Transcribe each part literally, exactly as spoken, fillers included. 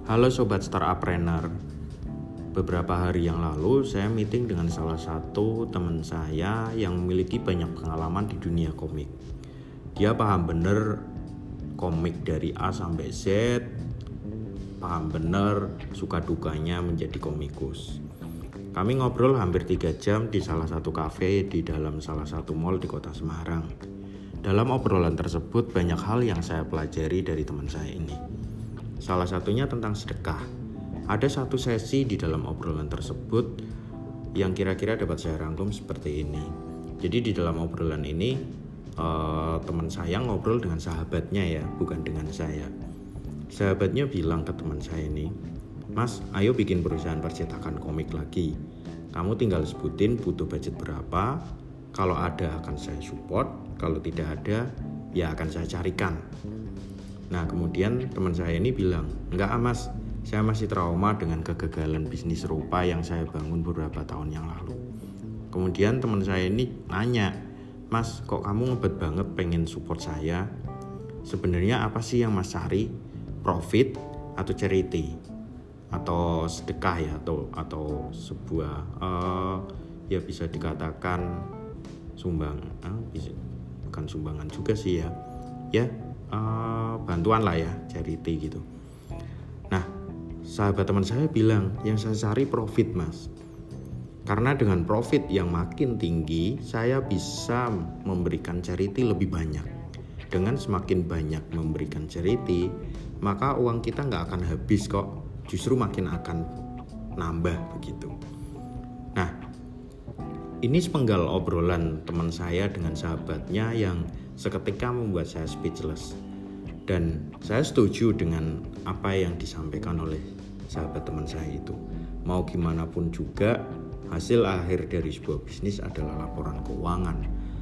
Halo Sobat Startuppreneur. Beberapa hari yang lalu saya meeting dengan salah satu teman saya yang memiliki banyak pengalaman di dunia komik. Dia paham bener komik dari A sampai Z, paham bener suka dukanya menjadi komikus. Kami ngobrol hampir tiga jam di salah satu kafe di dalam salah satu mall di kota Semarang. Dalam obrolan tersebut banyak hal yang saya pelajari dari teman saya ini. Salah satunya tentang sedekah. Ada satu sesi di dalam obrolan tersebut yang kira-kira dapat saya rangkum seperti ini. Jadi di dalam obrolan ini uh, teman saya ngobrol dengan sahabatnya ya, bukan dengan saya. Sahabatnya bilang ke teman saya ini, "Mas, ayo bikin perusahaan percetakan komik lagi. Kamu tinggal sebutin butuh budget berapa. Kalau ada akan saya support, kalau tidak ada ya akan saya carikan." Nah kemudian teman saya ini bilang, "Enggak ah mas, saya masih trauma dengan kegagalan bisnis serupa yang saya bangun beberapa tahun yang lalu." Kemudian teman saya ini nanya, "Mas, kok kamu ngebet banget pengen support saya? Sebenarnya apa sih yang mas cari? Profit atau charity? Atau sedekah ya? Atau, atau sebuah uh, ya bisa dikatakan sumbang, uh, bisa, bukan sumbangan juga sih ya, ya uh, bantuan lah ya, charity gitu." Nah sahabat teman saya bilang, "Yang saya cari profit mas, karena dengan profit yang makin tinggi saya bisa memberikan charity lebih banyak. Dengan semakin banyak memberikan charity, maka uang kita gak akan habis kok, justru makin akan nambah begitu." Nah ini sepenggal obrolan teman saya dengan sahabatnya yang seketika membuat saya speechless. Dan saya setuju dengan apa yang disampaikan oleh sahabat teman saya itu. Mau gimana pun juga, hasil akhir dari sebuah bisnis adalah laporan keuangan.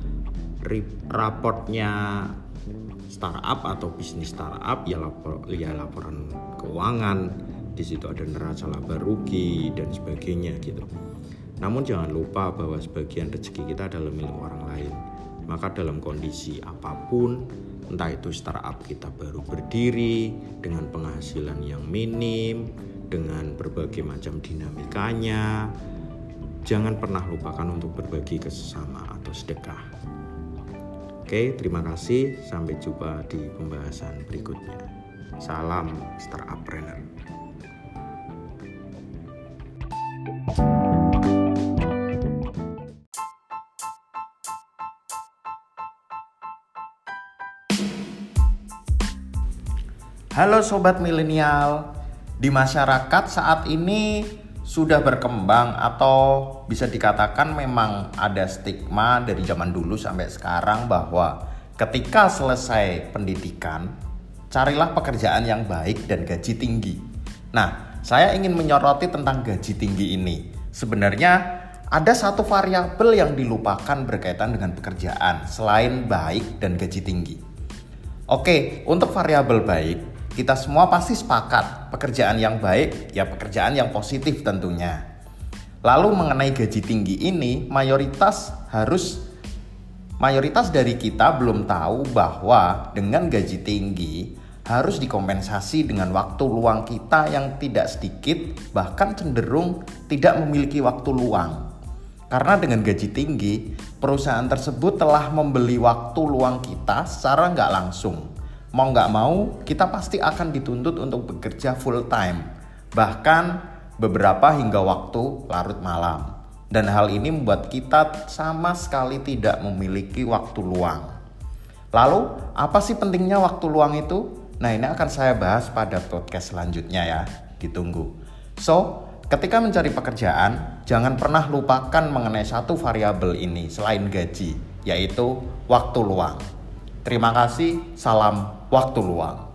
Raportnya startup atau bisnis startup ya, lapor, ya laporan keuangan. Di situ ada neraca laba rugi dan sebagainya gitu. Namun jangan lupa bahwa sebagian rezeki kita adalah milik orang lain. Maka dalam kondisi apapun, entah itu startup kita baru berdiri dengan penghasilan yang minim, dengan berbagai macam dinamikanya, jangan pernah lupakan untuk berbagi ke sesama atau sedekah. Oke, terima kasih. Sampai jumpa di pembahasan berikutnya. Salam Startuppreneur. Halo Sobat Milenial, di masyarakat saat ini sudah berkembang atau bisa dikatakan memang ada stigma dari zaman dulu sampai sekarang bahwa ketika selesai pendidikan, carilah pekerjaan yang baik dan gaji tinggi. Nah, saya ingin menyoroti tentang gaji tinggi ini. Sebenarnya ada satu variabel yang dilupakan berkaitan dengan pekerjaan selain baik dan gaji tinggi. Oke, untuk variabel baik, kita semua pasti sepakat pekerjaan yang baik ya pekerjaan yang positif tentunya. Lalu mengenai gaji tinggi ini, mayoritas harus mayoritas dari kita belum tahu bahwa dengan gaji tinggi harus dikompensasi dengan waktu luang kita yang tidak sedikit, bahkan cenderung tidak memiliki waktu luang. Karena dengan gaji tinggi, perusahaan tersebut telah membeli waktu luang kita secara nggak langsung. Mau nggak mau, kita pasti akan dituntut untuk bekerja full time, bahkan beberapa hingga waktu larut malam. Dan hal ini membuat kita sama sekali tidak memiliki waktu luang. Lalu, apa sih pentingnya waktu luang itu? Nah, ini akan saya bahas pada podcast selanjutnya ya, ditunggu. So, ketika mencari pekerjaan, jangan pernah lupakan mengenai satu variabel ini selain gaji, yaitu waktu luang. Terima kasih, salam waktu luang.